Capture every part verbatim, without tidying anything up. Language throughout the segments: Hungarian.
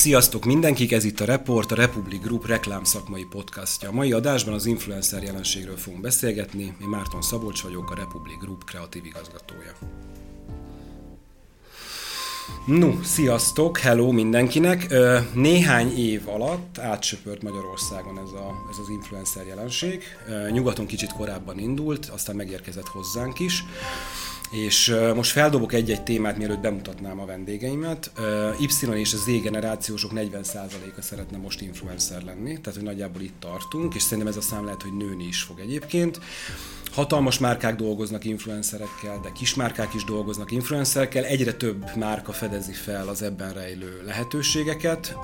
Sziasztok mindenkik, ez itt a Report, a Republic Group reklámszakmai podcastja. A mai adásban az influencer jelenségről fogunk beszélgetni. Én Márton Szabolcs vagyok, a Republic Group kreatív igazgatója. No, sziasztok, hello mindenkinek! Néhány év alatt átsöpört Magyarországon ez, a, ez az influencer jelenség. Nyugaton kicsit korábban indult, aztán megérkezett hozzánk is. És most feldobok egy-egy témát, mielőtt bemutatnám a vendégeimet. Y és a Z generációsok negyven százaléka szeretne most influencer lenni, tehát hogy nagyjából itt tartunk, és szerintem ez a szám lehet, hogy nőni is fog egyébként. Hatalmas márkák dolgoznak influencerekkel, de kismárkák is dolgoznak influencerekkel, egyre több márka fedezi fel az ebben rejlő lehetőségeket,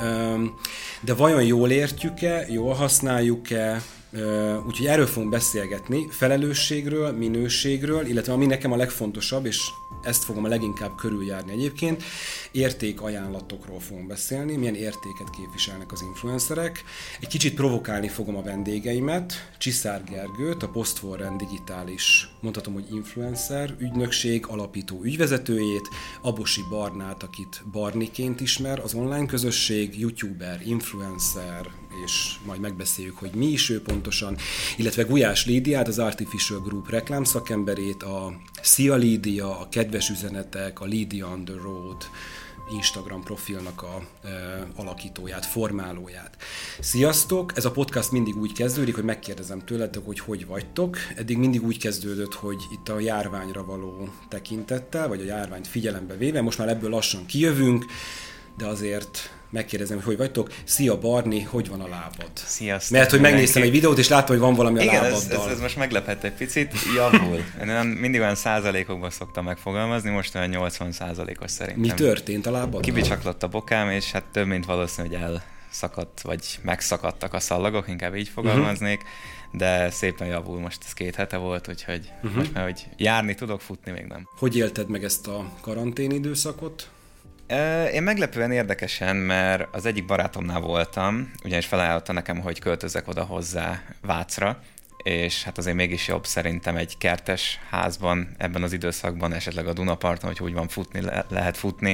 de vajon jól értjük-e, jól használjuk-e, úgyhogy erről fogunk beszélgetni, felelősségről, minőségről, illetve ami nekem a legfontosabb, és ezt fogom a leginkább körüljárni egyébként, értékajánlatokról fogunk beszélni, milyen értéket képviselnek az influencerek. Egy kicsit provokálni fogom a vendégeimet, Csiszár Gergőt, a Post for Rent digitális, mondhatom, hogy influencer ügynökség alapító ügyvezetőjét, Abosi Barnát, akit Barniként ismer az online közösség, youtuber, influencer, és majd megbeszéljük, hogy mi is ő pontosan, illetve Gulyás Lídiát, az Artificial Group reklámszakemberét, a Szia Lídia, a Kedves Üzenetek, a Lídia on the Road Instagram profilnak a e, alakítóját, formálóját. Sziasztok! Ez a podcast mindig úgy kezdődik, hogy megkérdezem tőletek, hogy hogy vagytok. Eddig mindig úgy kezdődött, hogy itt a járványra való tekintettel, vagy a járványt figyelembe véve, most már ebből lassan kijövünk, de azért megkérdezem, hogy hogy vagytok. Szia Barni, hogy van a lábad? Sziasztok! Mert hogy megnéztem egy videót, és láttam, hogy van valami a Igen, lábaddal. Igen, ez, ez, ez most meglepett egy picit, javul. Én mindig olyan százalékokban szoktam megfogalmazni, most olyan nyolcvan százalékos szerintem. Mi történt a lábaddal? Kibicsaklott a bokám, és hát több mint valószínű, hogy elszakadt, vagy megszakadtak a szallagok, inkább így fogalmaznék. Uh-huh. De szépen javul, most ez két hete volt, úgyhogy uh-huh. most már, hogy járni tudok, futni még nem. Hogy élted meg ezt a karantén időszakot? Én meglepően érdekesen, mert az egyik barátomnál voltam, ugyanis felajánlotta nekem, hogy költözzek oda hozzá Vácra, és hát azért mégis jobb szerintem egy kertes házban ebben az időszakban, esetleg a Dunaparton, hogy úgy van futni, le- lehet futni.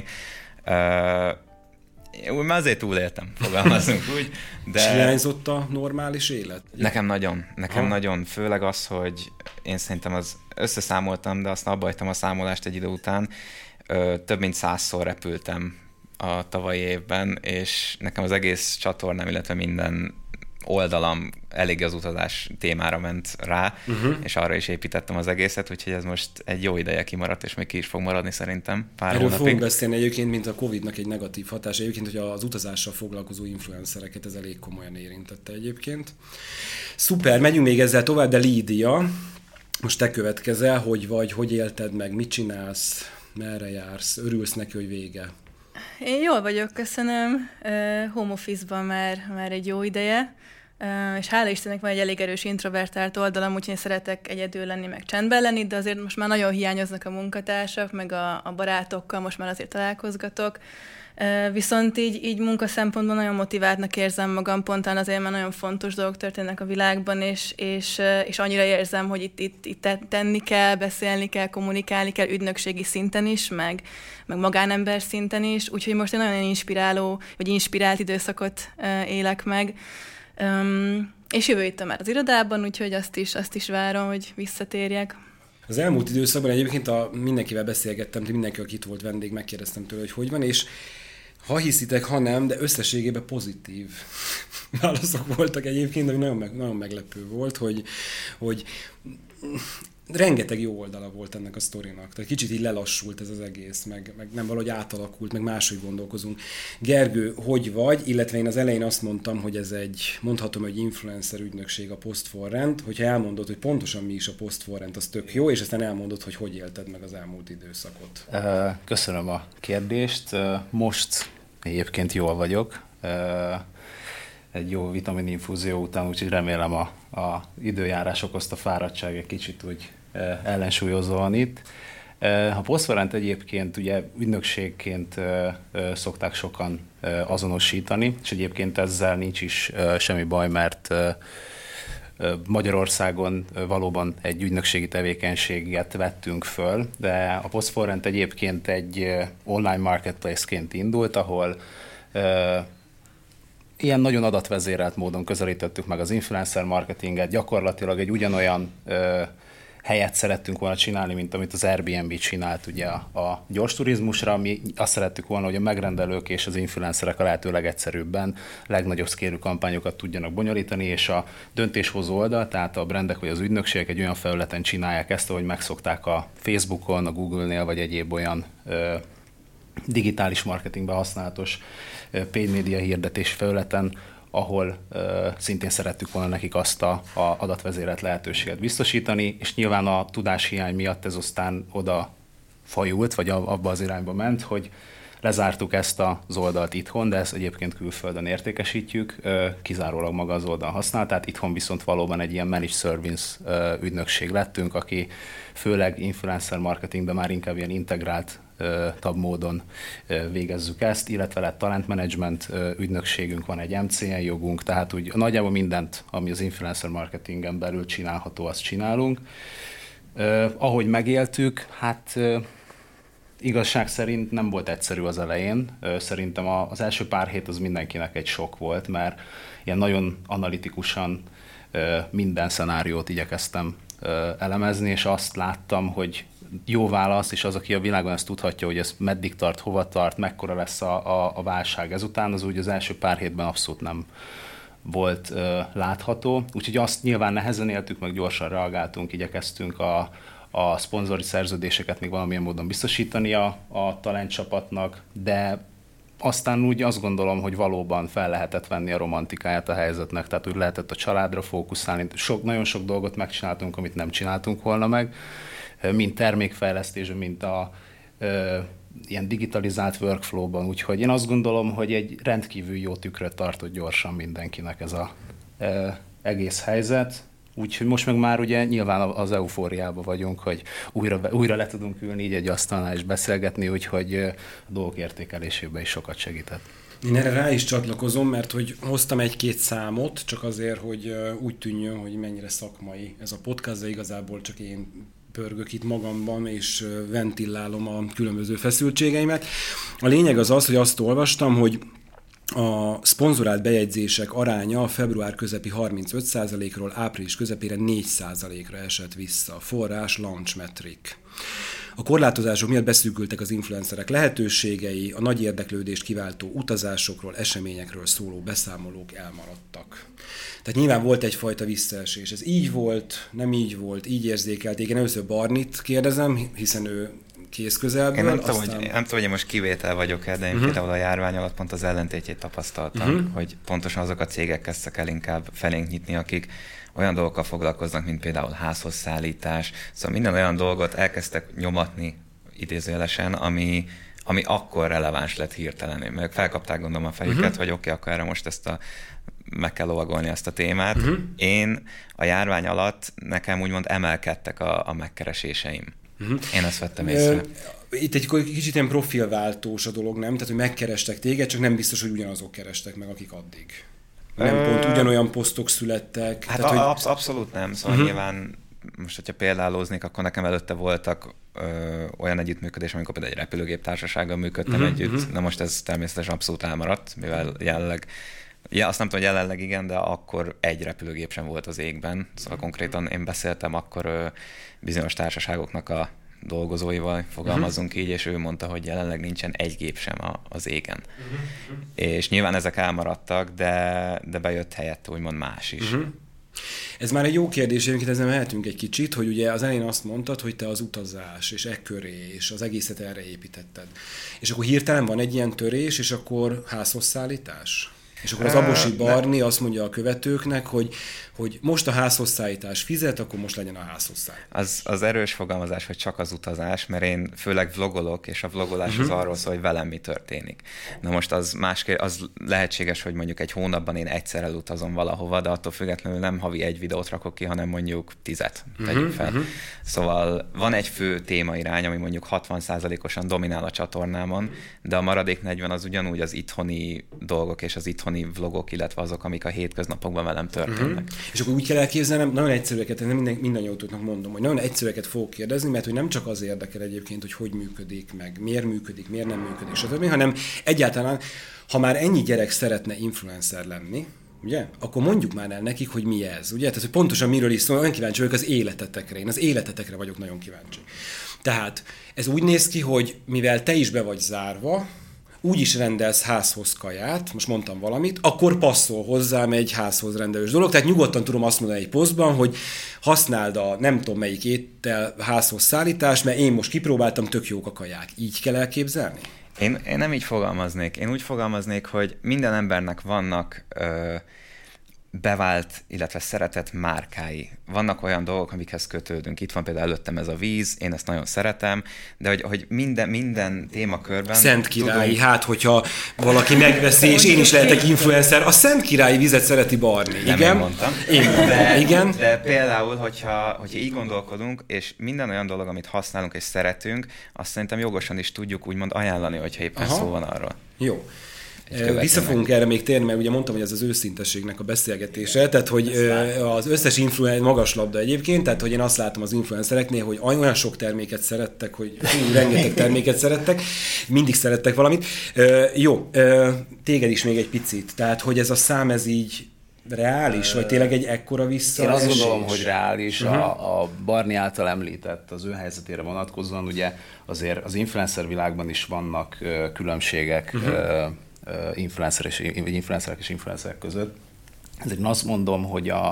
Úgy már azért túléltem, fogalmazunk úgy. De... És hiányzott a normális élet? Nekem nagyon, nekem ha. nagyon, főleg az, hogy én szerintem az összeszámoltam, de azt abba hagytam a számolást egy idő után, több mint százszor repültem a tavalyi évben, és nekem az egész csatornám, illetve minden oldalam elég az utazás témára ment rá, uh-huh. és arra is építettem az egészet, úgyhogy ez most egy jó ideje kimaradt, és még ki is fog maradni szerintem pár Erről hónapig. fogunk beszélni egyébként, mint a Covidnak egy negatív hatása. Egyébként, hogy az utazással foglalkozó influencereket ez elég komolyan érintette egyébként. Szuper, megyünk még ezzel tovább, de Lídia, most te következel, hogy vagy, hogy élted meg, mit csinálsz? Merre jársz? Örülsz neki, hogy vége? Én jól vagyok, köszönöm. Uh, home office-ban már, már egy jó ideje, uh, és hála Istennek van egy elég erős introvertált oldalam, úgyhogy én szeretek egyedül lenni, meg csendben lenni, de azért most már nagyon hiányoznak a munkatársak, meg a, a barátokkal, most már azért találkozgatok. Uh, viszont így, így munka szempontból nagyon motiváltnak érzem magam, pontán azért, mert nagyon fontos dolgok történnek a világban, és, és, uh, és annyira érzem, hogy itt, itt, itt tenni kell, beszélni kell, kommunikálni kell ügynökségi szinten is, meg, meg magánember szinten is, úgyhogy most egy nagyon inspiráló, vagy inspirált időszakot uh, élek meg. Um, és jövő héten már az irodában, úgyhogy azt is, azt is várom, hogy visszatérjek. Az elmúlt időszakban egyébként a, mindenkivel beszélgettem, mindenki, aki itt volt vendég, megkérdeztem tőle, hogy hogy van, és ha hiszitek, ha nem, de összességében pozitív válaszok voltak egyébként, ami nagyon, meg, nagyon meglepő volt, hogy, hogy rengeteg jó oldala volt ennek a sztorinak. Tehát kicsit így lelassult ez az egész, meg, meg nem valahogy átalakult, meg máshogy gondolkozunk. Gergő, hogy vagy? Illetve én az elején azt mondtam, hogy ez egy, mondhatom, hogy influencer ügynökség a Post for Rent. Hogyha elmondod, hogy pontosan mi is a Post for Rent, az tök jó, és aztán elmondod, hogy hogy élted meg az elmúlt időszakot. Köszönöm a kérdést. Most egyébként jól vagyok. Egy jó vitamininfúzió után, úgyhogy remélem a, a időjárás okozta fáradtság egy kicsit úgy ellensúlyozva van itt. A Post for Rent egyébként ugye ügynökségként szokták sokan azonosítani, és egyébként ezzel nincs is semmi baj, mert Magyarországon valóban egy ügynökségi tevékenységet vettünk föl, de a Post for Rent egyébként egy online marketplace-ként indult, ahol Ilyen nagyon adatvezérelt módon közelítettük meg az influencer marketinget, gyakorlatilag egy ugyanolyan helyet szerettünk volna csinálni, mint amit az Airbnb csinált ugye a, a gyors turizmusra. Mi azt szerettük volna, hogy a megrendelők és az influencerek a lehető legegyszerűbben legnagyobb szkérű kampányokat tudjanak bonyolítani, és a döntéshozó oldal, tehát a brandek vagy az ügynökségek egy olyan felületen csinálják ezt, ahogy megszokták a Facebookon, a Google-nél, vagy egyéb olyan ö, digitális marketingben használatos ö, paid media hirdetés felületen, ahol ö, szintén szerettük volna nekik azt a, a adatvezérelt lehetőséget biztosítani, és nyilván a tudáshiány miatt ez aztán oda fajult, vagy abba az irányba ment, hogy lezártuk ezt az oldalt itthon, de ezt egyébként külföldön értékesítjük, ö, kizárólag maga az oldal használ, tehát itthon viszont valóban egy ilyen managed service ö, ügynökség lettünk, aki főleg influencer marketingben már inkább ilyen integrált tab módon végezzük ezt, illetve lett talent management ügynökségünk, van egy em cé en jogunk, tehát úgy nagyjából mindent, ami az influencer marketingen belül csinálható, azt csinálunk. Uh, ahogy megéltük, hát uh, igazság szerint nem volt egyszerű az elején. Uh, szerintem a, az első pár hét az mindenkinek egy sok volt, mert ilyen nagyon analitikusan uh, minden szenáriót igyekeztem uh, elemezni, és azt láttam, hogy jó válasz, és az, aki a világon ezt tudhatja, hogy ez meddig tart, hova tart, mekkora lesz a, a, a válság ezután, az úgy az első pár hétben abszolút nem volt uh, látható. Úgyhogy azt nyilván nehezen éltük, meg gyorsan reagáltunk, igyekeztünk a, a szponzori szerződéseket még valamilyen módon biztosítani a, a talentcsapatnak, de aztán úgy azt gondolom, hogy valóban fel lehetett venni a romantikáját a helyzetnek, tehát úgy lehetett a családra fókuszálni. Sok, nagyon sok dolgot megcsináltunk, amit nem csináltunk volna meg, mint termékfejlesztés, mint a ö, ilyen digitalizált workflow-ban, úgyhogy én azt gondolom, hogy egy rendkívül jó tükröt tartott gyorsan mindenkinek ez az egész helyzet, úgyhogy most meg már ugye nyilván az eufóriában vagyunk, hogy újra, újra le tudunk ülni így egy asztalnál és beszélgetni, úgyhogy a dolgok értékelésében is sokat segített. Én erre rá is csatlakozom, mert hogy hoztam egy-két számot, csak azért, hogy úgy tűnjön, hogy mennyire szakmai ez a podcast, de igazából csak én pörgök itt magamban, és ventilálom a különböző feszültségeimet. A lényeg az az, hogy azt olvastam, hogy a szponzorált bejegyzések aránya a február közepi harmincöt százalékról április közepére négy százalékra esett vissza. Forrás Launchmetric. A korlátozások miatt beszűkültek az influencerek lehetőségei, a nagy érdeklődést kiváltó utazásokról, eseményekről szóló beszámolók elmaradtak. Tehát nyilván volt egyfajta visszaesés. Ez így volt, nem így volt, így érzékelték. Én először Barnit kérdezem, hiszen ő kész közelből. Én nem, aztán... tudom, hogy, nem tudom, hogy most kivétel vagyok-e, de én uh-huh. például a járvány alatt pont az ellentétjét tapasztaltam, uh-huh. hogy pontosan azok a cégek kezdtek el inkább felénk nyitni, akik olyan dolgokkal foglalkoznak, mint például házhoz szállítás. Szóval minden olyan dolgot elkezdtek nyomatni idézőjelesen, ami, ami akkor releváns lett hirtelen. Meg felkapták gondolom a fejüket, uh-huh. hogy oké, okay, akkor erre most ezt a meg kell lovagolni ezt a témát. Uh-huh. Én a járvány alatt nekem úgymond emelkedtek a, a megkereséseim. Uh-huh. Én ezt vettem észre. Itt egy kicsit ilyen profilváltós a dolog, nem? Tehát, hogy megkerestek téged, csak nem biztos, hogy ugyanazok kerestek meg, akik addig. Nem pont ugyanolyan posztok születtek. Hát tehát, a, hogy... abszolút nem. Szóval uh-huh. nyilván most, hogyha példálóznék, akkor nekem előtte voltak ö, olyan együttműködés, amikor például egy repülőgép társasággal működtem uh-huh. együtt. Uh-huh. Na most ez természetesen abszolút elmaradt, mivel jelenleg, ja, azt nem tudom, hogy jelenleg igen, de akkor egy repülőgép sem volt az égben. Szóval konkrétan én beszéltem akkor ö, bizonyos társaságoknak a dolgozóival, fogalmazunk uh-huh. így, és ő mondta, hogy jelenleg nincsen egy gép sem a, az égen. Uh-huh. És nyilván ezek elmaradtak, de, de bejött helyett úgymond más is. Uh-huh. Ez már egy jó kérdés, egyébként ezen mehetünk egy kicsit, hogy ugye az elején azt mondtad, hogy te az utazás, és e köré, és az egészet erre építetted. És akkor hirtelen van egy ilyen törés, és akkor házhoz szállítás? És akkor az Abosi Barni azt mondja a követőknek, hogy, hogy most a házhozszállítás fizet, akkor most legyen a házhozszállítás. Az, az erős fogalmazás, hogy csak az utazás, mert én főleg vlogolok, és a vlogolás uh-huh. az arról szól, hogy velem mi történik. Na most az másképp, az lehetséges, hogy mondjuk egy hónapban én egyszer elutazom valahova, de attól függetlenül nem havi egy videót rakok ki, hanem mondjuk tizet tegyük uh-huh. fel. Uh-huh. Szóval van egy fő témairány, ami mondjuk hatvan százalékosan dominál a csatornámon, de a maradék negyven az ugyanúgy az itthoni dolgok és az itthoni otthoni vlogok, illetve azok, amik a hétköznapokban velem történnek. Uh-huh. És akkor úgy kell elképzelnem, nagyon egyszerűeket, nem minden, mindannyiótoknak mondom, hogy nagyon egyszerűeket fogok kérdezni, mert hogy nem csak az érdekel egyébként, hogy hogy működik, meg miért működik, miért nem működik, stb., hanem egyáltalán, ha már ennyi gyerek szeretne influencer lenni, ugye? Akkor mondjuk már el nekik, hogy mi ez, ugye? Tehát, hogy pontosan miről is szól, olyan kíváncsi vagyok az életetekre. Én az életetekre vagyok nagyon kíváncsi. Tehát ez úgy néz ki, hogy mivel te is be vagy zárva, úgy is rendelsz házhoz kaját, most mondtam valamit, akkor passzol hozzám egy házhoz rendelős dolog. Tehát nyugodtan tudom azt mondani egy posztban, hogy használd a nem tudom melyik étel házhoz szállítás, mert én most kipróbáltam, tök jók a kaják. Így kell elképzelni? Én, én nem így fogalmaznék. Én úgy fogalmaznék, hogy minden embernek vannak ö, bevált, illetve szeretett márkái. Vannak olyan dolgok, amikhez kötődünk. Itt van például előttem ez a víz, én ezt nagyon szeretem, de hogy, hogy minden, minden témakörben... Szent Királyi, tudunk... hát hogyha valaki megveszi, és én is lehetek influencer, a Szent Királyi vizet szereti Barni. Nem igen? Én mondtam. Én de, igen. De például, hogyha, hogyha így gondolkodunk, és minden olyan dolog, amit használunk és szeretünk, azt szerintem jogosan is tudjuk úgymond ajánlani, hogyha éppen Aha. szó van arról. Jó. Vissza fogunk erre még térni, mert ugye mondtam, hogy ez az őszintességnek a beszélgetése, tehát hogy az összes influencer magas labda egyébként, tehát hogy én azt látom az influencereknél, hogy olyan sok terméket szerettek, hogy hú, rengeteg terméket szerettek, mindig szerettek valamit. Jó, téged is még egy picit, tehát hogy ez a szám ez így reális, vagy tényleg egy ekkora visszaesés? Én azt gondolom, hogy reális. Uh-huh. A, a Barni által említett, az ő helyzetére vonatkozóan, ugye azért az influencer világban is vannak uh, különbségek, uh-huh. uh, influencer és, influencerek és influencerek között. Ezért azt mondom, hogy a,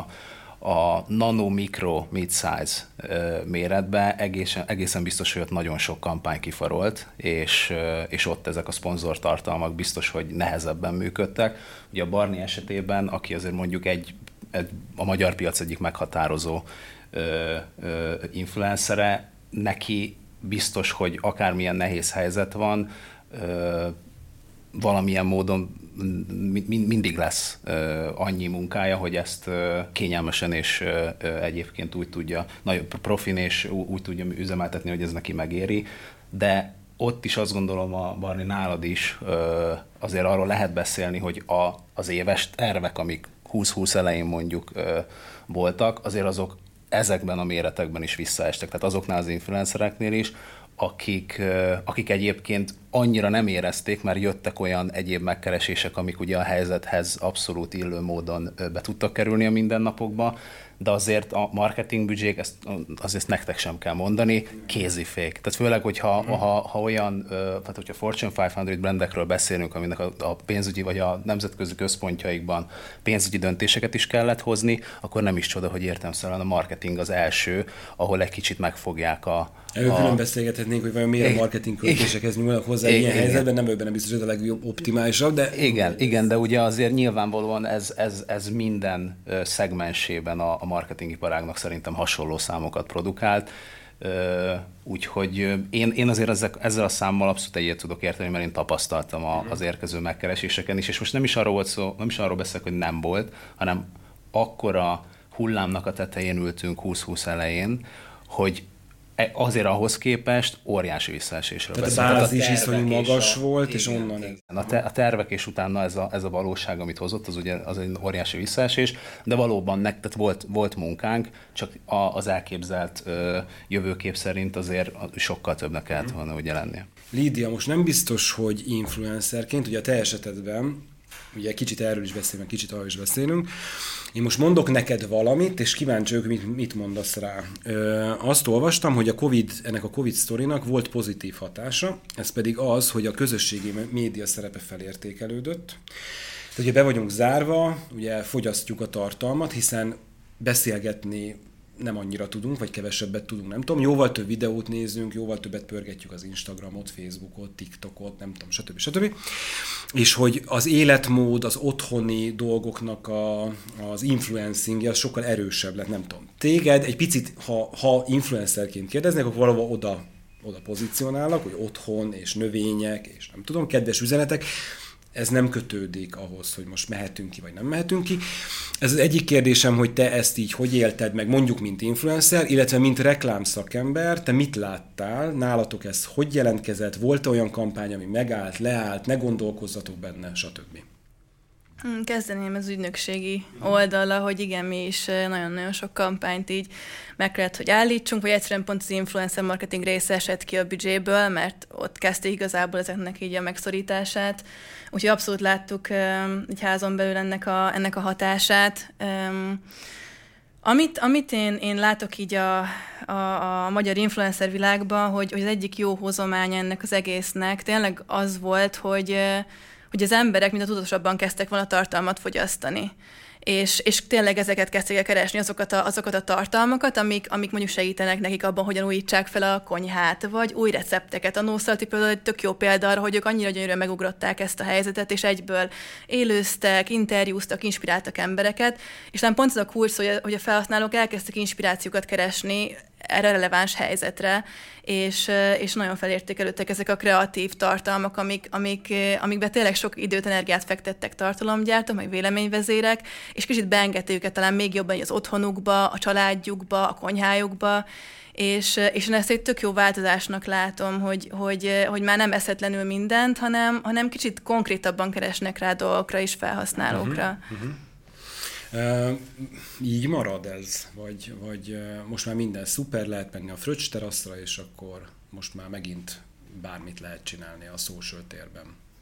a nano, mikro, mid-size méretben egészen, egészen biztos, hogy ott nagyon sok kampány kifarolt, és, és ott ezek a szponzortartalmak biztos, hogy nehezebben működtek. Ugye a Barni esetében, aki azért mondjuk egy, egy a magyar piac egyik meghatározó ö, ö, influencere, neki biztos, hogy akármilyen nehéz helyzet van, ö, valamilyen módon mindig lesz annyi munkája, hogy ezt kényelmesen és egyébként úgy tudja, nagyon profin és úgy tudja üzemeltetni, hogy ez neki megéri, de ott is azt gondolom, a Barni nálad is azért arról lehet beszélni, hogy a, az éves tervek, amik húsz húsz elején mondjuk voltak, azért azok ezekben a méretekben is visszaestek, tehát azoknál az influencereknél is, akik, akik egyébként annyira nem érezték, mert jöttek olyan egyéb megkeresések, amik ugye a helyzethez abszolút illő módon be tudtak kerülni a mindennapokba, de azért a marketingbüdzsék, ezt azért nektek sem kell mondani, kézifék. Tehát főleg, hogyha mm. ha, ha olyan, tehát hogyha Fortune ötszáz brandekről beszélünk, aminek a, a pénzügyi vagy a nemzetközi központjaikban pénzügyi döntéseket is kellett hozni, akkor nem is csoda, hogy értelemszerűen a marketing az első, ahol egy kicsit megfogják a... Erről külön beszélgethetnénk, hogy vajon miért a marketing költésekhez nyúlnak hozzá ilyen igen. helyzetben, nem őben nem biztos, hogy a legjobb optimálisabb, de... Igen, igen, de ugye azért nyilvánvalóan ez, ez, ez minden szegmensében a, a marketingiparágnak szerintem hasonló számokat produkált, úgyhogy én, én azért ezek, ezzel a számmal abszolút egyet tudok érteni, mert én tapasztaltam a, az érkező megkereséseken is, és most nem is arról volt szó, nem is arról beszélek, hogy nem volt, hanem akkora hullámnak a tetején ültünk húsz húsz elején, hogy azért ahhoz képest óriási visszaesésről beszélünk. Tehát a bázis iszonyú magas a, volt, igen, és onnan ez. A, te, a tervek és utána ez a, ez a valóság, amit hozott, az ugye az egy óriási visszaesés, de valóban nek, tehát volt, volt munkánk, csak a, az elképzelt ö, jövőkép szerint azért sokkal többnek kellett volna ugye lennie. Lídia, most nem biztos, hogy influencerként, ugye a te esetedben, ugye kicsit erről is beszélünk, kicsit arról is beszélünk. Én most mondok neked valamit, és kíváncsi vagyok, mit, mit mondasz rá. Ö, azt olvastam, hogy a COVID, ennek a Covid sztorinak volt pozitív hatása, ez pedig az, hogy a közösségi média szerepe felértékelődött. Tehát ugye be vagyunk zárva, ugye fogyasztjuk a tartalmat, hiszen beszélgetni nem annyira tudunk, vagy kevesebbet tudunk, nem tudom. Jóval több videót nézünk, jóval többet pörgetjük az Instagramot, Facebookot, TikTokot, nem tudom, stb. stb. És hogy az életmód, az otthoni dolgoknak a, az influencingje az sokkal erősebb lett, nem tudom. Téged egy picit, ha, ha influencerként kérdeznek, akkor valahol oda, oda pozícionálnak, hogy otthon és növények, és nem tudom, kedves üzenetek, ez nem kötődik ahhoz, hogy most mehetünk ki, vagy nem mehetünk ki. Ez az egyik kérdésem, hogy te ezt így hogy élted meg, mondjuk mint influencer, illetve mint reklámszakember, te mit láttál, nálatok ez hogy jelentkezett, volt olyan kampány, ami megállt, leállt, ne gondolkozzatok benne, stb. Kezdeném az ügynökségi oldala, hogy igen, mi is nagyon-nagyon sok kampányt így meg kellett, hogy állítsunk, vagy egyszerűen pont az influencer marketing része esett ki a büdzséből, mert ott kezdték igazából ezeknek így a megszorítását. Úgyhogy abszolút láttuk egy házon belül ennek a, ennek a hatását. Amit, amit én, én látok így a, a, a magyar influencer világban, hogy, hogy az egyik jó hozománya ennek az egésznek tényleg az volt, hogy hogy az emberek mint a tudatosabban kezdtek volna tartalmat fogyasztani. És, és tényleg ezeket kezdték el keresni, azokat a, azokat a tartalmakat, amik, amik mondjuk segítenek nekik abban, hogyan újítsák fel a konyhát, vagy új recepteket. A Nószalti például egy tök jó példa arra, hogy ők annyira gyönyörűen megugrották ezt a helyzetet, és egyből élőztek, interjúztak, inspiráltak embereket, és nem pont ez a kulcs, hogy a, hogy a felhasználók elkezdtek inspirációkat keresni erre releváns helyzetre, és, és nagyon felértékelődtek ezek a kreatív tartalmak, amik, amik, amikben tényleg sok időt, energiát fektettek tartalomgyártók, meg véleményvezérek, és kicsit beengedték őket talán még jobban az otthonukba, a családjukba, a konyhájukba, és, és én ezt egy tök jó változásnak látom, hogy, hogy, hogy már nem eszetlenül mindent, hanem, hanem kicsit konkrétabban keresnek rá dolgokra és felhasználókra. Uh-huh, uh-huh. Uh, így marad ez? Vagy, vagy uh, most már minden szuper, lehet menni a Fröccs teraszra, és akkor most már megint bármit lehet csinálni a social térben?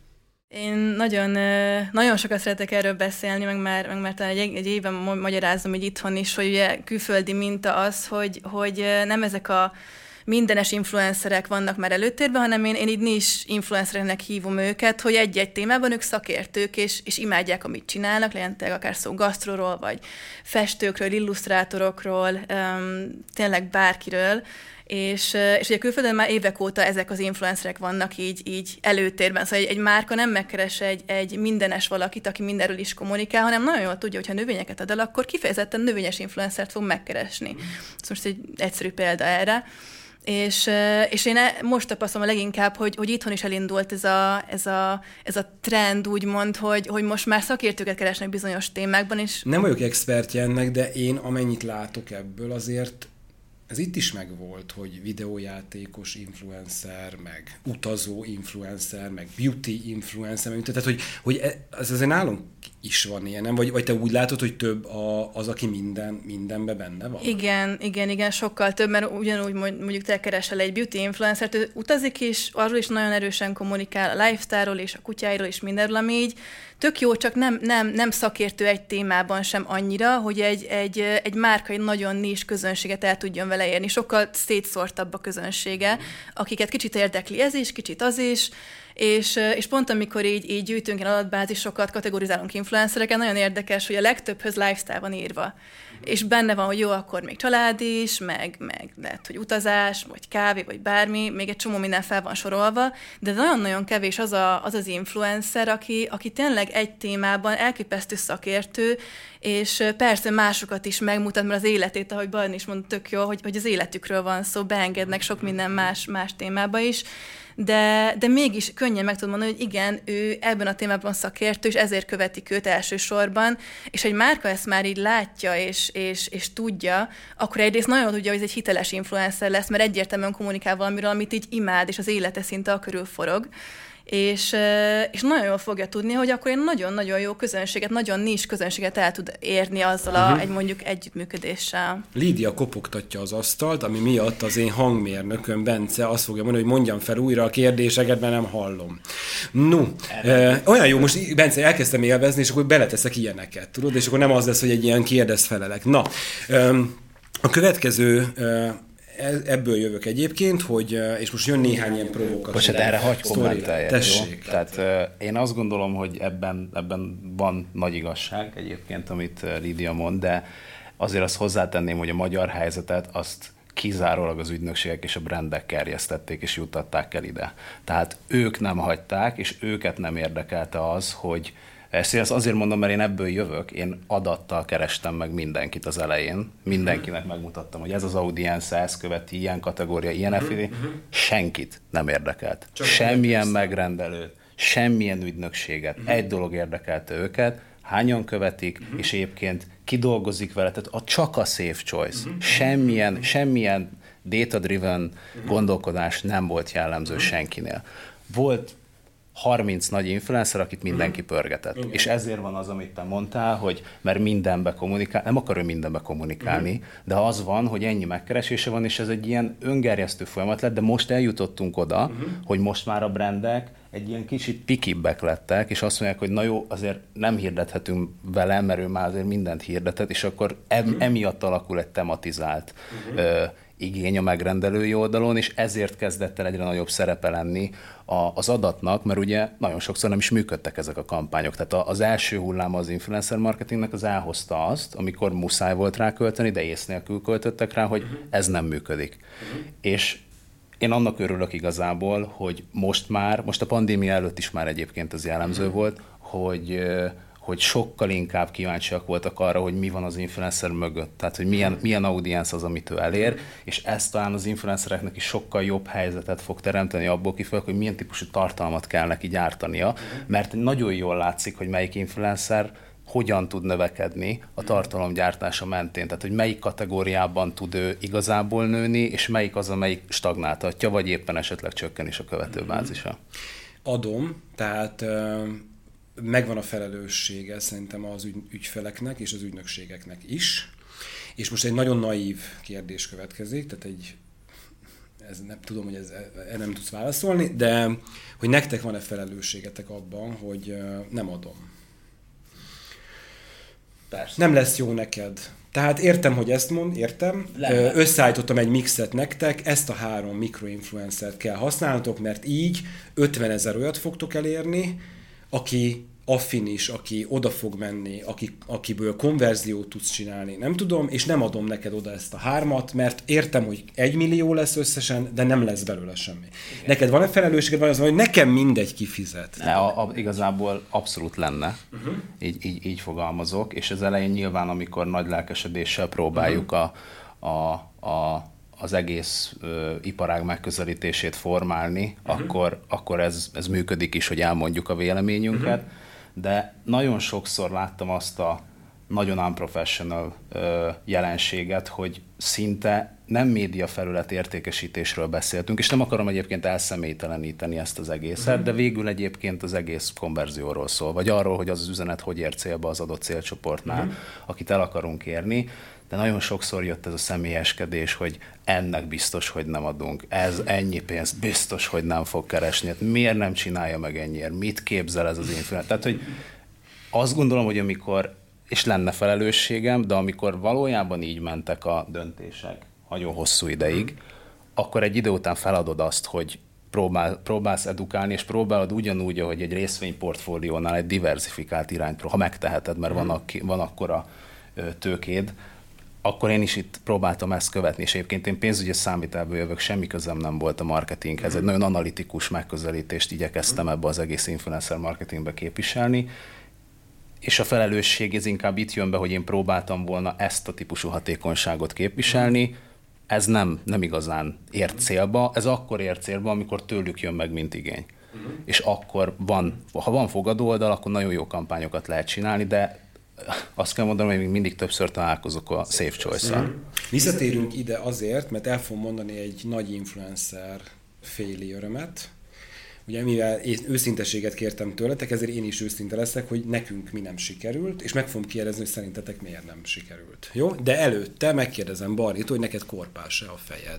Én nagyon, nagyon sokat szeretek erről beszélni, meg már, meg már talán egy, egy évben magyarázom így itthon is, hogy ugye külföldi minta az, hogy, hogy nem ezek a mindenes influencerek vannak már előtérben, hanem én, én így nis influencereknek hívom őket, hogy egy-egy témában ők szakértők, és, és imádják, amit csinálnak, legyen tényleg akár szó gasztroról, vagy festőkről, illusztrátorokról, um, tényleg bárkiről, és, és ugye külföldön már évek óta ezek az influencerek vannak így, így előtérben, szóval egy, egy márka nem megkeres egy, egy mindenes valakit, aki mindenről is kommunikál, hanem nagyon jól tudja, hogy ha növényeket ad el, akkor kifejezetten növényes influencert fog megkeresni. Ez most egy egyszerű példa erre. És, és én most tapasztalom a leginkább, hogy, hogy itthon is elindult ez a, ez a, ez a trend, úgymond, hogy, hogy most már szakértőket keresnek bizonyos témákban is. Nem vagyok expertje ennek, de én amennyit látok ebből, azért ez itt is megvolt, hogy videójátékos influencer, meg utazó influencer, meg beauty influencer, meg, tehát hogy, hogy ez azért nálunk is van ilyen, nem? Vagy, vagy te úgy látod, hogy több a, az, aki minden, mindenben benne van? Igen, igen, igen, sokkal több, mert ugyanúgy mondjuk te keresel egy beauty influencert, ő utazik is, arról is nagyon erősen kommunikál, a lifestyle-ról és a kutyáiról és mindenről, ami így tök jó, csak nem, nem, nem szakértő egy témában sem annyira, hogy egy, egy, egy márka egy nagyon nis közönséget el tudjon vele érni. Sokkal szétszórtabb a közönsége, akiket kicsit érdekli ez is, kicsit az is, és, és pont amikor így, így gyűjtünk ilyen adatbázisokat, kategorizálunk influencereket, nagyon érdekes, hogy a legtöbbhöz lifestyle van írva. És benne van, hogy jó, akkor még család is, meg, meg lehet, hogy utazás, vagy kávé, vagy bármi, még egy csomó minden fel van sorolva, de nagyon-nagyon kevés az a, az, az influencer, aki, aki tényleg egy témában elképesztő szakértő, és persze másokat is megmutat, mert az életét, ahogy Barni is mondta, tök jó, hogy, hogy az életükről van szó, beengednek sok minden más, más témába is, de, de mégis könnyen meg tudom mondani, hogy igen, ő ebben a témában szakértő, és ezért követik őt elsősorban, és egy márka ezt már így látja, és, és, és tudja, akkor egyrészt nagyon tudja, hogy ez egy hiteles influencer lesz, mert egyértelműen kommunikál valamiről, amit így imád, és az élete szinte a körül forog. És, és nagyon jól fogja tudni, hogy akkor egy nagyon-nagyon jó közönséget, nagyon nis közönséget el tud érni azzal a, uh-huh. egy mondjuk együttműködéssel. Lídia kopogtatja az asztalt, ami miatt az én hangmérnököm Bence azt fogja mondani, hogy mondjam fel újra a kérdéseket, mert nem hallom. No, eh, olyan jó, most Bence, elkezdtem élvezni, és akkor beleteszek ilyeneket, tudod, és akkor nem az lesz, hogy egy ilyen kérdez-felelek. Na, eh, a következő... Eh, ebből jövök egyébként, hogy, és most jön néhány ilyen provokatív. Bocsát, erre hagyj kommenteljek, Tessék. Tehát uh, én azt gondolom, hogy ebben, ebben van nagy igazság egyébként, amit Lídia mond, de azért azt hozzátenném, hogy a magyar helyzetet azt kizárólag az ügynökségek és a brandek kerjesztették és juttatták el ide. Tehát ők nem hagyták, és őket nem érdekelte az, hogy ezt azért mondom, mert én ebből jövök, én adattal kerestem meg mindenkit az elején, mindenkinek megmutattam, hogy ez az audience, ezt követi, ilyen kategória, ilyen uh-huh, uh-huh. Senkit nem érdekelt. Csak semmilyen megrendelőt, semmilyen ügynökséget, uh-huh. Egy dolog érdekelte őket, hányan követik, uh-huh. És egyébként kidolgozik vele, tehát a, csak a safe choice. Uh-huh. Semmilyen, semmilyen data-driven uh-huh. gondolkodás nem volt jellemző uh-huh. senkinél. Volt harminc nagy influencer, akit mindenki pörgetett. Igen. És ezért van az, amit te mondtál, hogy mert mindenbe kommunikál, nem akar ő mindenbe kommunikálni, uh-huh. de az van, hogy ennyi megkeresése van, és ez egy ilyen öngerjesztő folyamat lett, de most eljutottunk oda, uh-huh. hogy most már a brandek egy ilyen kicsit pikibbek lettek, és azt mondják, hogy na jó, azért nem hirdethetünk vele, mert ő már azért mindent hirdetett, és akkor em, uh-huh. emiatt alakul egy tematizált uh-huh. ö, igény a megrendelői oldalon, és ezért kezdett el egyre nagyobb szerepe lenni a, az adatnak, mert ugye nagyon sokszor nem is működtek ezek a kampányok. Tehát az első hullám az influencer marketingnek az elhozta azt, amikor muszáj volt rá költeni, de ész nélkül költöttek rá, hogy ez nem működik. Uh-huh. És én annak örülök igazából, hogy most már, most a pandémia előtt is már egyébként ez jellemző uh-huh. volt, hogy hogy sokkal inkább kíváncsiak voltak arra, hogy mi van az influencer mögött, tehát hogy milyen, milyen audience az, amit ő elér, és ez talán az influencereknek is sokkal jobb helyzetet fog teremteni abból kifolyólag, hogy milyen típusú tartalmat kell neki gyártania, mert nagyon jól látszik, hogy melyik influencer hogyan tud növekedni a tartalomgyártása mentén, tehát hogy melyik kategóriában tud ő igazából nőni, és melyik az, amelyik stagnáltatja, vagy éppen esetleg csökken is a követőbázisa. Adom, tehát megvan a felelőssége szerintem az ügy, ügyfeleknek és az ügynökségeknek is. És most egy nagyon naív kérdés következik, tehát egy, ez nem tudom, hogy ez, ez nem tudsz válaszolni, de hogy nektek van-e felelősségetek abban, hogy nem adom. Persze. Nem lesz jó neked. Tehát értem, hogy ezt mond, értem. Lenne. Összeállítottam egy mixet nektek, ezt a három mikroinfluencert kell használnotok, mert így ötvenezer olyat fogtok elérni, aki affinis, aki oda fog menni, aki, akiből konverziót tudsz csinálni, nem tudom, és nem adom neked oda ezt a hármat, mert értem, hogy egy millió lesz összesen, de nem lesz belőle semmi. Igen. Neked van-e felelősséged, vagy az van, hogy nekem mindegy kifizet? Ne, a, a, igazából abszolút lenne, uh-huh. így, így, így fogalmazok, és az elején nyilván, amikor nagy lelkesedéssel próbáljuk uh-huh. a, a, a az egész ö, iparág megközelítését formálni, uh-huh. akkor, akkor ez, ez működik is, hogy elmondjuk a véleményünket, uh-huh. de nagyon sokszor láttam azt a nagyon unprofessional ö, jelenséget, hogy szinte nem média felület értékesítésről beszéltünk, és nem akarom egyébként elszemélyteleníteni ezt az egészet, uh-huh. de végül egyébként az egész konverzióról szól, vagy arról, hogy az az üzenet hogy ér célba az adott célcsoportnál, uh-huh. akit el akarunk érni. De nagyon sokszor jött ez a személyeskedés, hogy ennek biztos, hogy nem adunk. Ez ennyi pénzt biztos, hogy nem fog keresni. Hát miért nem csinálja meg ennyiért? Mit képzel ez az influencer? Tehát, hogy azt gondolom, hogy amikor, és lenne felelősségem, de amikor valójában így mentek a döntések nagyon hosszú ideig, akkor egy idő után feladod azt, hogy próbál, próbálsz edukálni, és próbálod ugyanúgy, ahogy egy részvényportfóliónál egy diversifikált irányt, ha megteheted, mert van, a, van akkora tőkéd, akkor én is itt próbáltam ezt követni, és egyébként én pénzügyi számvitelből jövök, semmi közöm nem volt a marketinghez. Egy nagyon analitikus megközelítést igyekeztem ebbe az egész influencer marketingbe képviselni, és a felelősség ez inkább itt jön be, hogy én próbáltam volna ezt a típusú hatékonyságot képviselni. Ez nem, nem igazán ért célba, ez akkor ért célba, amikor tőlük jön meg, mint igény. És akkor van, ha van fogadó oldal, akkor nagyon jó kampányokat lehet csinálni, de azt kell mondanom, hogy még mindig többször találkozok a Safe Choice-szal. Mm. Visszatérünk ide azért, mert el fogom mondani egy nagy influencer féli örömet. Ugye mivel én őszinteséget kértem tőletek, ezért én is őszinte leszek, hogy nekünk mi nem sikerült, és meg fogom kérdezni, hogy szerintetek miért nem sikerült. Jó? De előtte megkérdezem Barnit, hogy neked korpás-e a fejed?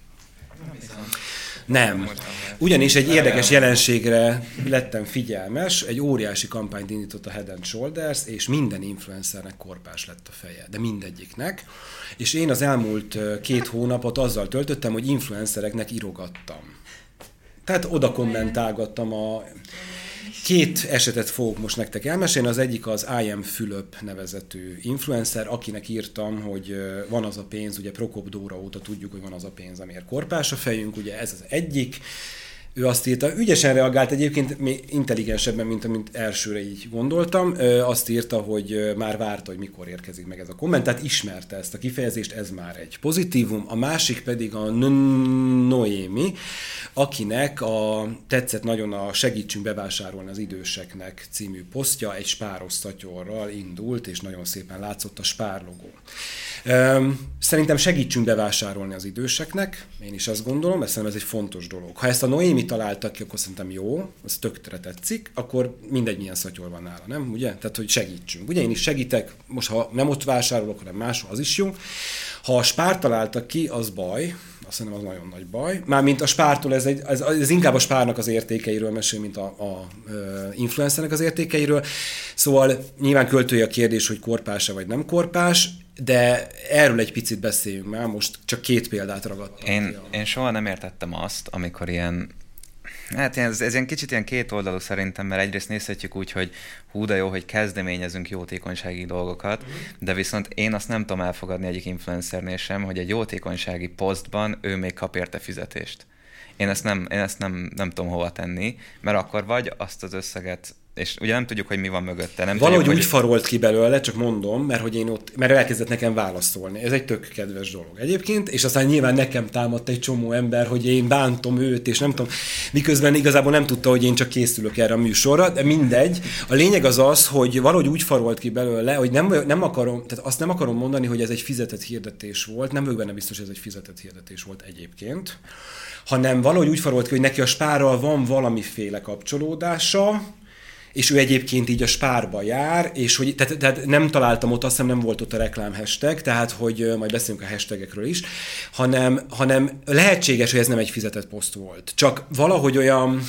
Nem. Ugyanis egy érdekes jelenségre lettem figyelmes, egy óriási kampányt indított a Head and Shoulders, és minden influencernek korpás lett a feje, de mindegyiknek. És én az elmúlt két hónapot azzal töltöttem, hogy influencereknek írogattam. Tehát oda kommentálgattam a... Két esetet fogok most nektek elmesélni, az egyik az I am Fülöp nevezetű influencer, akinek írtam, hogy van az a pénz, ugye Prokop Dóra óta tudjuk, hogy van az a pénz, amiért korpás a fejünk, ugye ez az egyik. Ő azt írta, ügyesen reagált egyébként, még intelligensebben, mint amit elsőre így gondoltam, azt írta, hogy már várta, hogy mikor érkezik meg ez a komment, tehát ismerte ezt a kifejezést, ez már egy pozitívum. A másik pedig a Noémi, akinek a, tetszett nagyon a Segítsünk bevásárolni az időseknek című posztja, egy spáros szatyorral indult, és nagyon szépen látszott a spár logó. Szerintem segítsünk bevásárolni az időseknek, én is azt gondolom, ezt szerintem ez egy fontos dolog. Ha ezt a Noémit találtak ki, akkor szerintem jó, az tökre tetszik, akkor mindegy, milyen szatyor van nála, nem? Ugye? Tehát, hogy segítsünk. Ugye én is segítek, most ha nem ott vásárolok, hanem máshol, az is jó. Ha a Spár találtak ki, az baj, azt szerintem az nagyon nagy baj. Mármint a Spártól, ez, egy, ez, ez inkább a Spárnak az értékeiről mesél, mint a, a, a influencernek az értékeiről. Szóval nyilván költői a kérdés, hogy korpás-e vagy nem korpás, de erről egy picit beszéljünk már, most csak két példát ragadtam. Én, én soha nem értettem azt, amikor ilyen, hát ez, ez ilyen kicsit ilyen kétoldalú szerintem, mert egyrészt nézhetjük úgy, hogy hú, de jó, hogy kezdeményezünk jótékonysági dolgokat, mm-hmm. de viszont én azt nem tudom elfogadni egyik influencernél sem, hogy egy jótékonysági posztban ő még kap érte fizetést. Én ezt nem, én ezt nem, nem tudom hova tenni, mert akkor vagy azt az összeget, és ugye nem tudjuk, hogy mi van mögötte. Nem Valahogy tudjuk, úgy hogy... farolt ki belőle, csak mondom, mert hogy én ott, mert elkezdett nekem válaszolni. Ez egy tök kedves dolog egyébként, és aztán nyilván nekem támadt egy csomó ember, hogy én bántom őt, és nem tudom, miközben igazából nem tudta, hogy én csak készülök erre a műsorra, de mindegy. A lényeg az az, hogy valahogy úgy farolt ki belőle, hogy nem, nem akarom, tehát azt nem akarom mondani, hogy ez egy fizetett hirdetés volt, nem vagyok benne biztos, hogy ez egy fizetett hirdetés volt egyébként, hanem valahogy úgy farolt ki, hogy neki a Spárral van valamiféle kapcsolódása, és ő egyébként így a Spárba jár, és hogy, tehát, tehát nem találtam ott, azt hiszem nem volt ott a reklám hashtag, tehát hogy majd beszélünk a hashtagekről is, hanem, hanem lehetséges, hogy ez nem egy fizetett poszt volt. Csak valahogy olyan,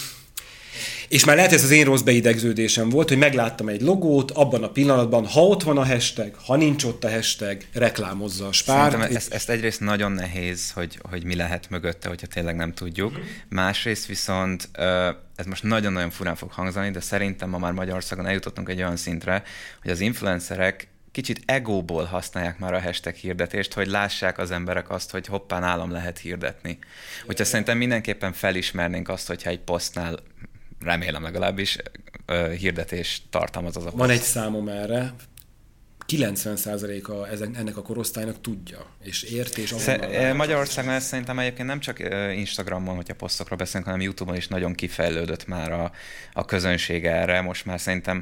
és már lehet, ez az én rossz beidegződésem volt, hogy megláttam egy logót, abban a pillanatban, ha ott van a hashtag, ha nincs ott a hashtag, reklámozza a Spár. Szerintem ezt, ezt egyrészt nagyon nehéz, hogy, hogy mi lehet mögötte, hogyha tényleg nem tudjuk. Mm. Másrészt viszont, ez most nagyon-nagyon furán fog hangzani, de szerintem ma már Magyarországon eljutottunk egy olyan szintre, hogy az influencerek kicsit egóból használják már a hashtag hirdetést, hogy lássák az emberek azt, hogy hoppá, nálam lehet hirdetni. Úgyhogy szerintem mindenképpen felismernénk azt, hogyha egy posztnál, remélem legalábbis, hirdetés tartalmaz az a poszt. Van egy számom erre, kilencven százaléka ennek a korosztálynak tudja, és ért, és Sze- Magyarországon ez szerintem egyébként nem csak Instagramon, hogyha posztokról beszélünk, hanem YouTube-on is nagyon kifejlődött már a, a közönség erre. Most már szerintem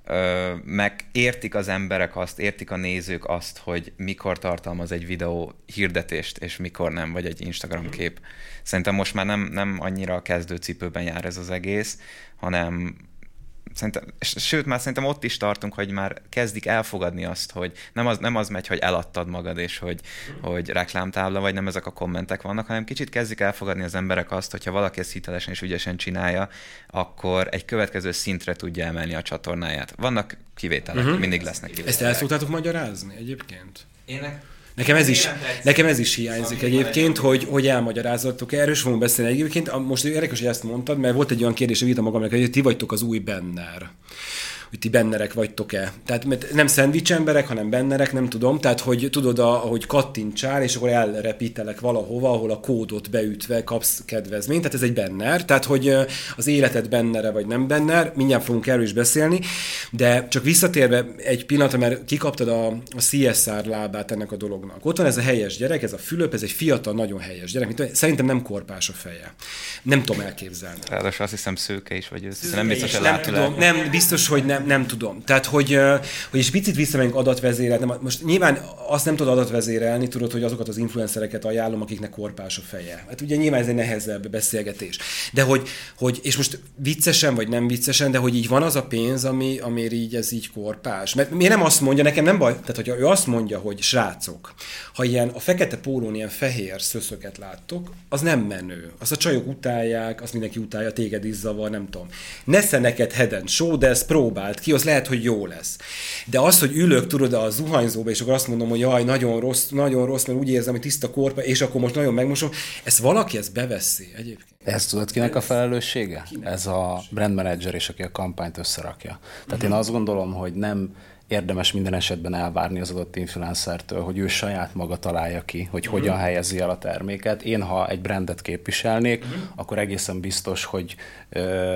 ö, meg értik az emberek azt, értik a nézők azt, hogy mikor tartalmaz egy videó hirdetést, és mikor nem, vagy egy Instagram kép. Szerintem most már nem, nem annyira a kezdőcipőben jár ez az egész, hanem Szerintem, sőt, már szerintem ott is tartunk, hogy már kezdik elfogadni azt, hogy nem az, nem az megy, hogy eladtad magad, és hogy, hogy reklámtábla, vagy nem ezek a kommentek vannak, hanem kicsit kezdik elfogadni az emberek azt, hogyha valaki ezt hitelesen és ügyesen csinálja, akkor egy következő szintre tudja emelni a csatornáját. Vannak kivételek, uh-huh. mindig lesznek kivételek. Ezt el szoktátok magyarázni egyébként? Ének? Nekem ez is, nekem ez is hiányzik egyébként, hogy, hogy elmagyarázzatok erről, és fogunk beszélni egyébként. Most érdekes, hogy ezt mondtad, mert volt egy olyan kérdés, hogy írtam magamnak, hogy ti vagytok az új Benner. Hogy ti bennerek vagytok-e. Tehát mert nem szendvics emberek, hanem bennerek, nem tudom. Tehát, hogy tudod, ahogy kattintsál, és akkor elrepítelek valahova, ahol a kódot beütve kapsz kedvezményt. Tehát ez egy benner. Tehát, hogy az életed bennere vagy nem benner. Mindjárt fogunk erről is beszélni. De csak visszatérve egy pillanatra, mert kikaptad a, a cé es er lábát ennek a dolognak. Ott van ez a helyes gyerek, ez a Fülöp, ez egy fiatal, nagyon helyes gyerek. Szerintem nem korpás a feje. Nem tudom elképzelni. Ráadásul azt hiszem szőke is vagy ősz. Nem biztos, nem tudom, nem biztos, hogy nem. Nem tudom. Tehát, hogy, hogy is picit visszamegyünk adatvezérelni. Most nyilván azt nem tudod adatvezérelni, tudod, hogy azokat az influencereket ajánlom, akiknek korpás a feje. Hát ugye nyilván ez egy nehezebb beszélgetés. De hogy, hogy és most viccesen vagy nem viccesen, de hogy így van az a pénz, ami, amire így ez így korpás. Mert miért nem azt mondja, nekem nem baj, tehát hogyha ő azt mondja, hogy srácok, ha ilyen a fekete pólón ilyen fehér szöszöket láttok, az nem menő. Azt a csajok utálják, azt mindenki utálja, téged is zavar, nem tudom. Nesze neked head and shoulders, próbáld ki, az lehet, hogy jó lesz. De az, hogy ülök, tudod, a zuhanyzóba, és akkor azt mondom, hogy jaj, nagyon rossz, nagyon rossz, mert úgy érzem, hogy tiszta korpa, és akkor most nagyon megmosom, ezt valaki ezt beveszi egyébként. Ez tudod kinek a felelőssége? Kinek? Ez a brand manager, és aki a kampányt összerakja. Tehát uh-huh. én azt gondolom, hogy nem érdemes minden esetben elvárni az adott influencertől, hogy ő saját maga találja ki, hogy uh-huh. hogyan helyezi el a terméket. Én, ha egy brandet képviselnék, uh-huh. akkor egészen biztos, hogy ö,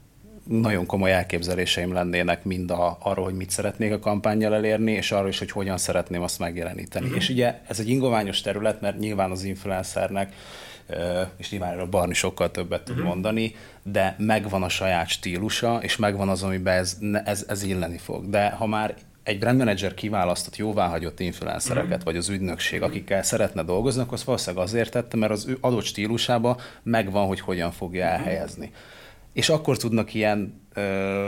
nagyon komoly elképzeléseim lennének mind a, arról, hogy mit szeretnék a kampánnyal elérni, és arról is, hogy hogyan szeretném azt megjeleníteni. Uh-huh. És ugye ez egy ingoványos terület, mert nyilván az influencernek, és nyilván erről Barni sokkal többet tud uh-huh. mondani, de megvan a saját stílusa, és megvan az, amiben ez, ez, ez illeni fog. De ha már egy brand manager kiválasztott, jóváhagyott influencereket, vagy az ügynökség, akikkel szeretne dolgozni, akkor azt valószínűleg azért tette, mert az ő adott stílusába megvan, hogy hogyan fogja elhelyezni. És akkor tudnak ilyen, ö,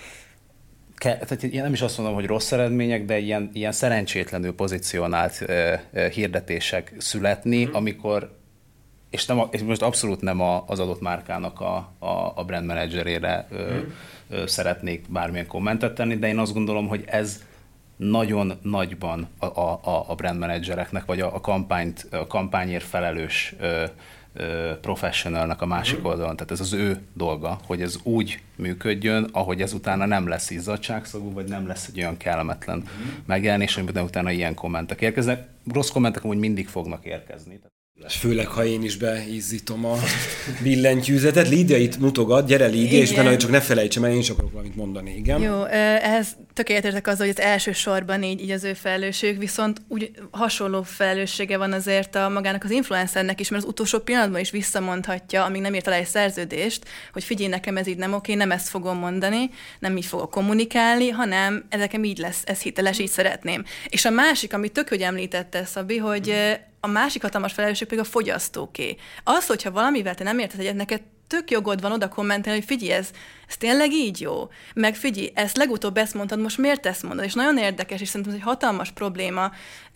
ke, tehát én nem is azt mondom, hogy rossz eredmények, de ilyen, ilyen szerencsétlenül pozícionált ö, ö, hirdetések születni, mm. amikor, és, nem a, és most abszolút nem a, az adott márkának a, a, a brand managerére ö, mm. ö, szeretnék bármilyen kommentet tenni, de én azt gondolom, hogy ez nagyon nagyban a, a, a brand managereknek, vagy a, a, kampányt, a kampányért felelős ö, professionalnak a másik oldalon. Tehát ez az ő dolga, hogy ez úgy működjön, ahogy ez utána nem lesz izzadságszagú, vagy nem lesz egy olyan kellemetlen mm. megjelenés, amiben utána ilyen kommentek érkeznek. Rossz kommentek amúgy mindig fognak érkezni. És főleg, ha én is beízzítom a billentyűzetet. Lídia itt mutogat, gyere Lídia, és utána csak ne felejtsem el, én is akarok valamit mondani, igen. Jó, ehhez tökéletesek azzal, hogy az első sorban így, így az ő felelősség, viszont úgy hasonló felelőssége van azért a magának az influencernek is, mert az utolsó pillanatban is visszamondhatja, amíg nem írt alá egy szerződést, hogy figyelj, nekem ez így nem oké, nem ezt fogom mondani, nem így fogok kommunikálni, hanem ezeken így lesz, ez hiteles, így szeretném. És a másik, amit tök, hogy említette Szabi, hogy a másik hatalmas felelősség pedig a fogyasztóké. Az, hogyha valamivel te nem érted egyet, neked tök jogod van oda kommentelni, hogy figyelj, ez, ez tényleg így jó. Meg figyelj, ezt legutóbb ezt mondtad, most miért ezt mondod? És nagyon érdekes, és szerintem ez egy hatalmas probléma,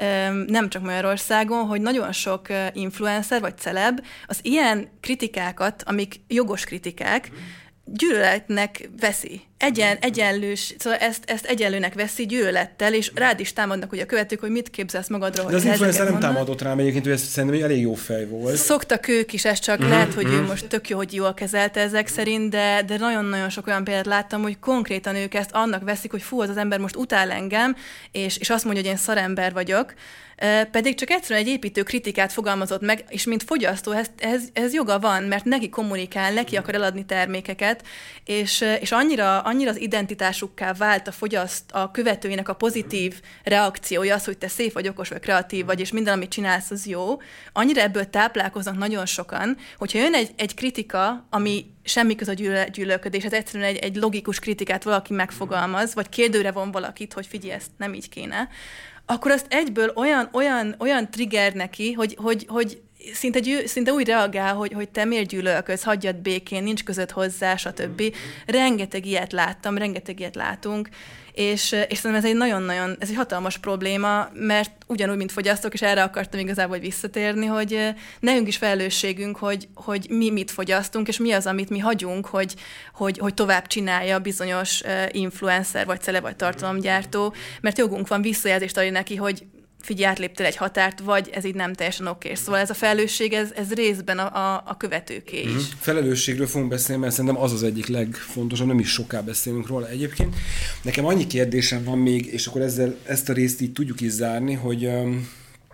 nem csak Magyarországon, hogy nagyon sok influencer vagy celeb az ilyen kritikákat, amik jogos kritikák, gyűlöletnek veszi. Egyen, egyenlős, szóval ezt, ezt egyenlőnek veszi gyűlölettel, és rád is támadnak ugye a követők, hogy mit képzelsz magadról. De az influencer nem támadott rám egyébként, hogy ez szerintem elég jó fej volt. Szoktak ők is, ez csak uh-huh, lehet, hogy uh-huh. ő most tök jó, hogy jól kezelte ezek szerint, de, de nagyon-nagyon sok olyan példát láttam, hogy konkrétan ők ezt annak veszik, hogy fú, az az ember most utál engem, és, és azt mondja, hogy én szarember vagyok, pedig csak egyszerűen egy építő kritikát fogalmazott meg, és mint fogyasztó ez, ez, ez joga van, mert neki kommunikál, neki akar eladni termékeket, és, és annyira, annyira az identitásukká vált a fogyaszt, a követőinek a pozitív reakciója az, hogy te szép vagy, okos vagy, kreatív vagy, és minden, amit csinálsz, az jó. Annyira ebből táplálkoznak nagyon sokan, hogyha jön egy, egy kritika, ami semmi köz a gyűlölködés, ez egyszerűen egy, egy logikus kritikát valaki megfogalmaz, vagy kérdőre von valakit, hogy figyelj, ezt nem így kéne, akkor azt egyből olyan, olyan, olyan trigger neki, hogy, hogy, hogy szinte, gyű, szinte úgy reagál, hogy, hogy te miért gyűlölködsz, hagyjad békén, nincs között hozzá, stb. Rengeteg ilyet láttam, rengeteg ilyet látunk, és, és szerintem ez egy nagyon-nagyon, ez egy hatalmas probléma, mert ugyanúgy, mint fogyasztók, és erre akartam igazából visszatérni, hogy nekünk is felelősségünk, hogy, hogy mi mit fogyasztunk, és mi az, amit mi hagyunk, hogy, hogy, hogy tovább csinálja bizonyos influencer, vagy cele, vagy tartalomgyártó, mert jogunk van visszajelzést adni neki, hogy figyelj, átléptél egy határt, vagy ez így nem teljesen oké. Szóval ez a felelősség, ez, ez részben a, a, a követőké is. Mm-hmm. Felelősségről fogunk beszélni, mert szerintem az az egyik legfontosabb, nem is soká beszélünk róla egyébként. Nekem annyi kérdésem van még, és akkor ezzel ezt a részt így tudjuk is zárni, hogy um,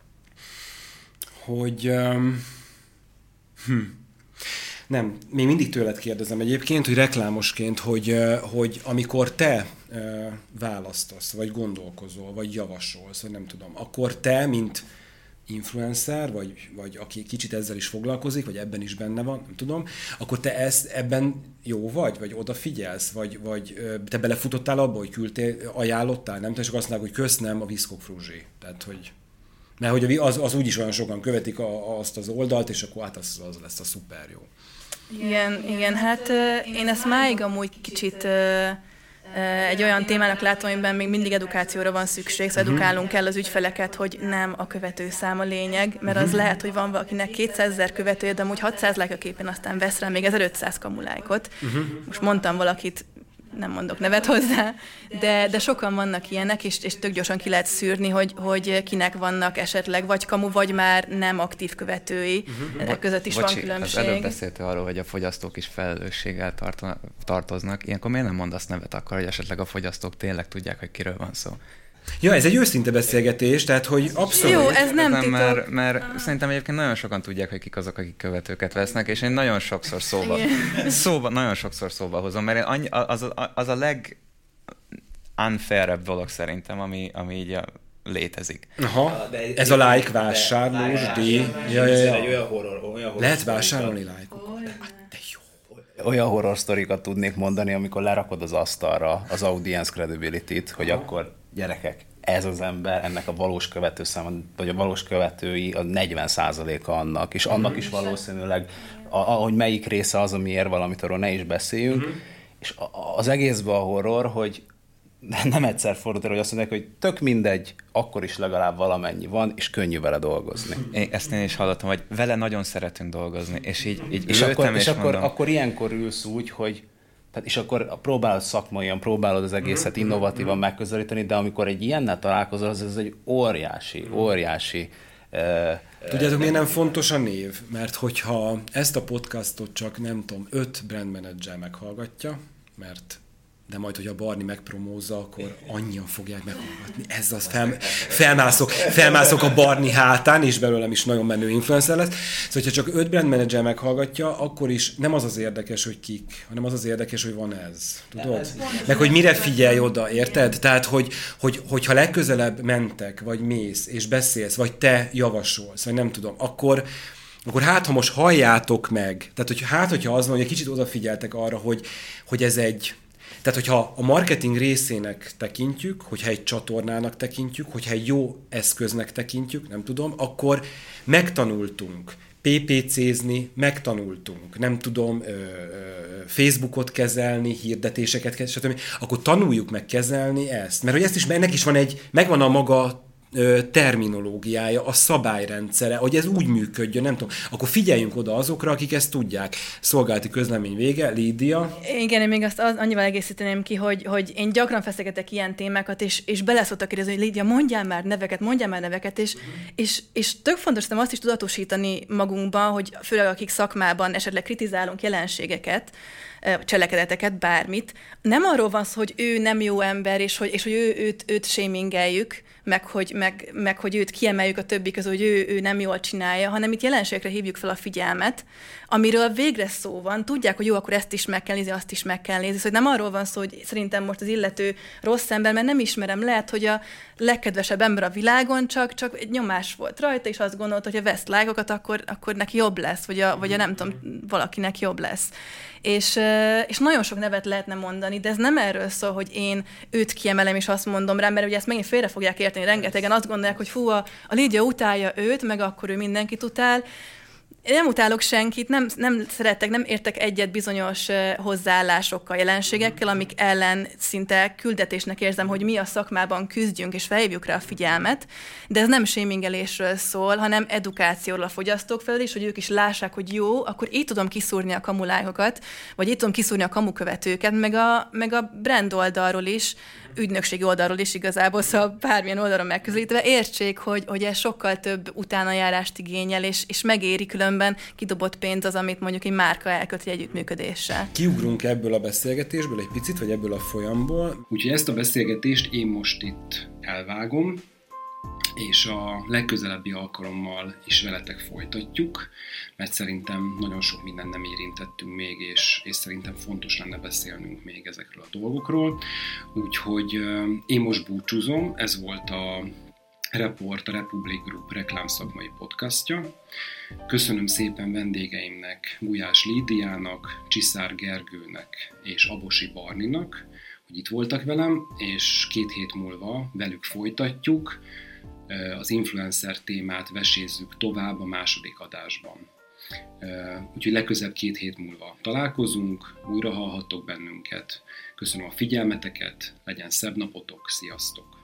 hogy um, hm. Nem, még mindig tőled kérdezem egyébként, hogy reklámosként, hogy, hogy amikor te választasz, vagy gondolkozol, vagy javasolsz, vagy nem tudom, akkor te, mint influencer, vagy, vagy aki kicsit ezzel is foglalkozik, vagy ebben is benne van, nem tudom, akkor te ezt, ebben jó vagy, vagy odafigyelsz, vagy, vagy te belefutottál abba, hogy küldtél, ajánlottál, nem? Te csak azt mondod, hogy köszönöm a Viszkok Fruzsi. Tehát, hogy mert hogy az, az úgyis olyan sokan követik a, azt az oldalt, és akkor hát az, az lesz a szuper jó. Igen, igen, hát én ezt máig amúgy kicsit egy olyan témának látom, amiben még mindig edukációra van szükség, szóval edukálunk kell az ügyfeleket, hogy nem a követőszám a lényeg, mert az lehet, hogy van valakinek kétszázezer követője, de amúgy hatszáz like a képen, aztán vesz rá még ezerötszáz kamulájkot. Most mondtam valakit, nem mondok nevet hozzá, de, de sokan vannak ilyenek, és, és tök gyorsan ki lehet szűrni, hogy, hogy kinek vannak esetleg vagy kamu, vagy már nem aktív követői. Uh-huh. Ezek között is Bocsi, van különbség. Az előbb beszéltél arról, hogy a fogyasztók is felelősséggel tartoznak. Ilyenkor miért nem mondasz nevet akkor, hogy esetleg a fogyasztók tényleg tudják, hogy kiről van szó? Ja, ez egy őszinte beszélgetés, tehát hogy abszolút... Jó, ez nem titok. Mert, mert ah. szerintem egyébként nagyon sokan tudják, hogy kik azok, akik követőket vesznek, és én nagyon sokszor szóba, szóba nagyon sokszor szóba hozom, mert annyi, az, a, az a leg unfairebb dolog szerintem, ami, ami így a, létezik. Aha, ez a like vásárlós díj. Ja, ja, ja. Lehet vásárolni lájkokat. Olyan horror sztorikat tudnék mondani, amikor lerakod az asztalra az audience credibility-t, hogy akkor gyerekek, ez az ember, ennek a valós követőszáma, vagy a valós követői a negyven százaléka annak, és annak is valószínűleg, ahogy melyik része az, ami ér valamit, arról ne is beszéljünk, mm-hmm. és az egészben a horror, hogy nem egyszer fordult el, hogy azt mondják, hogy tök mindegy, akkor is legalább valamennyi van, és könnyű vele dolgozni. Én, ezt én is hallottam, hogy vele nagyon szeretünk dolgozni, és így, így és, akkor, és, és akkor, mondom... akkor ilyenkor ülsz úgy, hogy tehát és akkor próbálod szakmaian, próbálod az egészet innovatívan megközelíteni, de amikor egy ilyennel találkozol, az ez egy óriási, óriási... Uh, Tudjátok, miért nem fontos a név? Mert hogyha ezt a podcastot csak, nem tudom, öt brandmanager meghallgatja, mert de majd, hogy a Barni megpromózza, akkor annyian fogják meghallgatni. Ez az, fel, felmászok, felmászok a Barni hátán, és belőlem is nagyon menő influencer lesz. Szóval, hogyha csak öt brand manager meghallgatja, akkor is nem az az érdekes, hogy kik, hanem az az érdekes, hogy van ez. Tudod? Meg, hogy mire figyelj oda, érted? Tehát, hogy, hogy, hogyha legközelebb mentek, vagy mész, és beszélsz, vagy te javasolsz, vagy nem tudom, akkor akkor hát, ha most halljátok meg, tehát, hogy hát, hogyha az van, hogy egy kicsit odafigyeltek arra, hogy, hogy ez egy... Tehát, hogyha a marketing részének tekintjük, hogyha egy csatornának tekintjük, hogyha egy jó eszköznek tekintjük, nem tudom, akkor megtanultunk pé pé cézni, megtanultunk, nem tudom, ö, ö, Facebookot kezelni, hirdetéseket kezelni, stb. Akkor tanuljuk meg kezelni ezt. Mert hogy ezt is, ennek is van egy, megvan a maga terminológiája, a szabályrendszere, hogy ez úgy működjön, nem tudom. Akkor figyeljünk oda azokra, akik ezt tudják. Szolgálati közlemény vége, Lídia. Igen, én még azt az, annyival egészíteném ki, hogy, hogy én gyakran feszegetek ilyen témákat, és, és bele szoktak kérdezni, hogy Lídia, mondjál már neveket, mondjál már neveket, és, uh-huh. és, és tök fontos nem azt is tudatosítani magunkban, hogy főleg akik szakmában esetleg kritizálunk jelenségeket, cselekedeteket, bármit. Nem arról van szó, hogy ő nem jó ember, és hogy, és hogy ő, őt, őt shamingeljük, meg hogy, meg, meg hogy őt kiemeljük a többi közül, hogy ő, ő nem jól csinálja, hanem itt jelenségekre hívjuk fel a figyelmet, amiről végre szó van. Tudják, hogy jó, akkor ezt is meg kell nézni, azt is meg kell nézni. Szóval nem arról van szó, hogy szerintem most az illető rossz ember, mert nem ismerem. Lehet, hogy a legkedvesebb ember a világon, csak, csak egy nyomás volt rajta, és azt gondolta, hogy ha vesz lájkokat, akkor, akkor neki jobb lesz, vagy a, vagy a nem tudom, valakinek jobb lesz. És, és nagyon sok nevet lehetne mondani, de ez nem erről szól, hogy én őt kiemelem, és azt mondom rá, mert ugye ezt megint félre fogják érteni rengetegen, azt gondolják, hogy fú, a, a Lídia utálja őt, meg akkor ő mindenkit utál. Én nem utálok senkit, nem, nem szeretek, nem értek egyet bizonyos hozzáállásokkal, jelenségekkel, amik ellen szinte küldetésnek érzem, hogy mi a szakmában küzdjünk, és felhívjuk rá a figyelmet, de ez nem shamingelésről szól, hanem edukációról a fogyasztók felől is, hogy ők is lássák, hogy jó, akkor így tudom kiszúrni a kamulágokat, vagy így tudom kiszúrni a kamukövetőket, meg a, meg a brand oldalról is, ügynökségi oldalról is igazából, szóval bármilyen oldalon megközelítve értsék, hogy, hogy ez sokkal több utánajárást igényel, és, és megéri, különben kidobott pénz az, amit mondjuk egy márka elköt egy együttműködéssel. Kiugrunk ebből a beszélgetésből egy picit, vagy ebből a folyamból. Úgyhogy ezt a beszélgetést én most itt elvágom, és a legközelebbi alkalommal is veletek folytatjuk, mert szerintem nagyon sok mindent nem érintettünk még, és, és szerintem fontos lenne beszélnünk még ezekről a dolgokról. Úgyhogy én most búcsúzom, ez volt a Report, a Republic Group reklámszakmai podcastja. Köszönöm szépen vendégeimnek, Gulyás Lídiának, Csiszár Gergőnek és Abosi Barninak, hogy itt voltak velem, és két hét múlva velük folytatjuk, az influencer témát vesézzük tovább a második adásban. Úgyhogy legközelebb két hét múlva találkozunk, újra hallhattok bennünket. Köszönöm a figyelmeteket, legyen szebb napotok, sziasztok!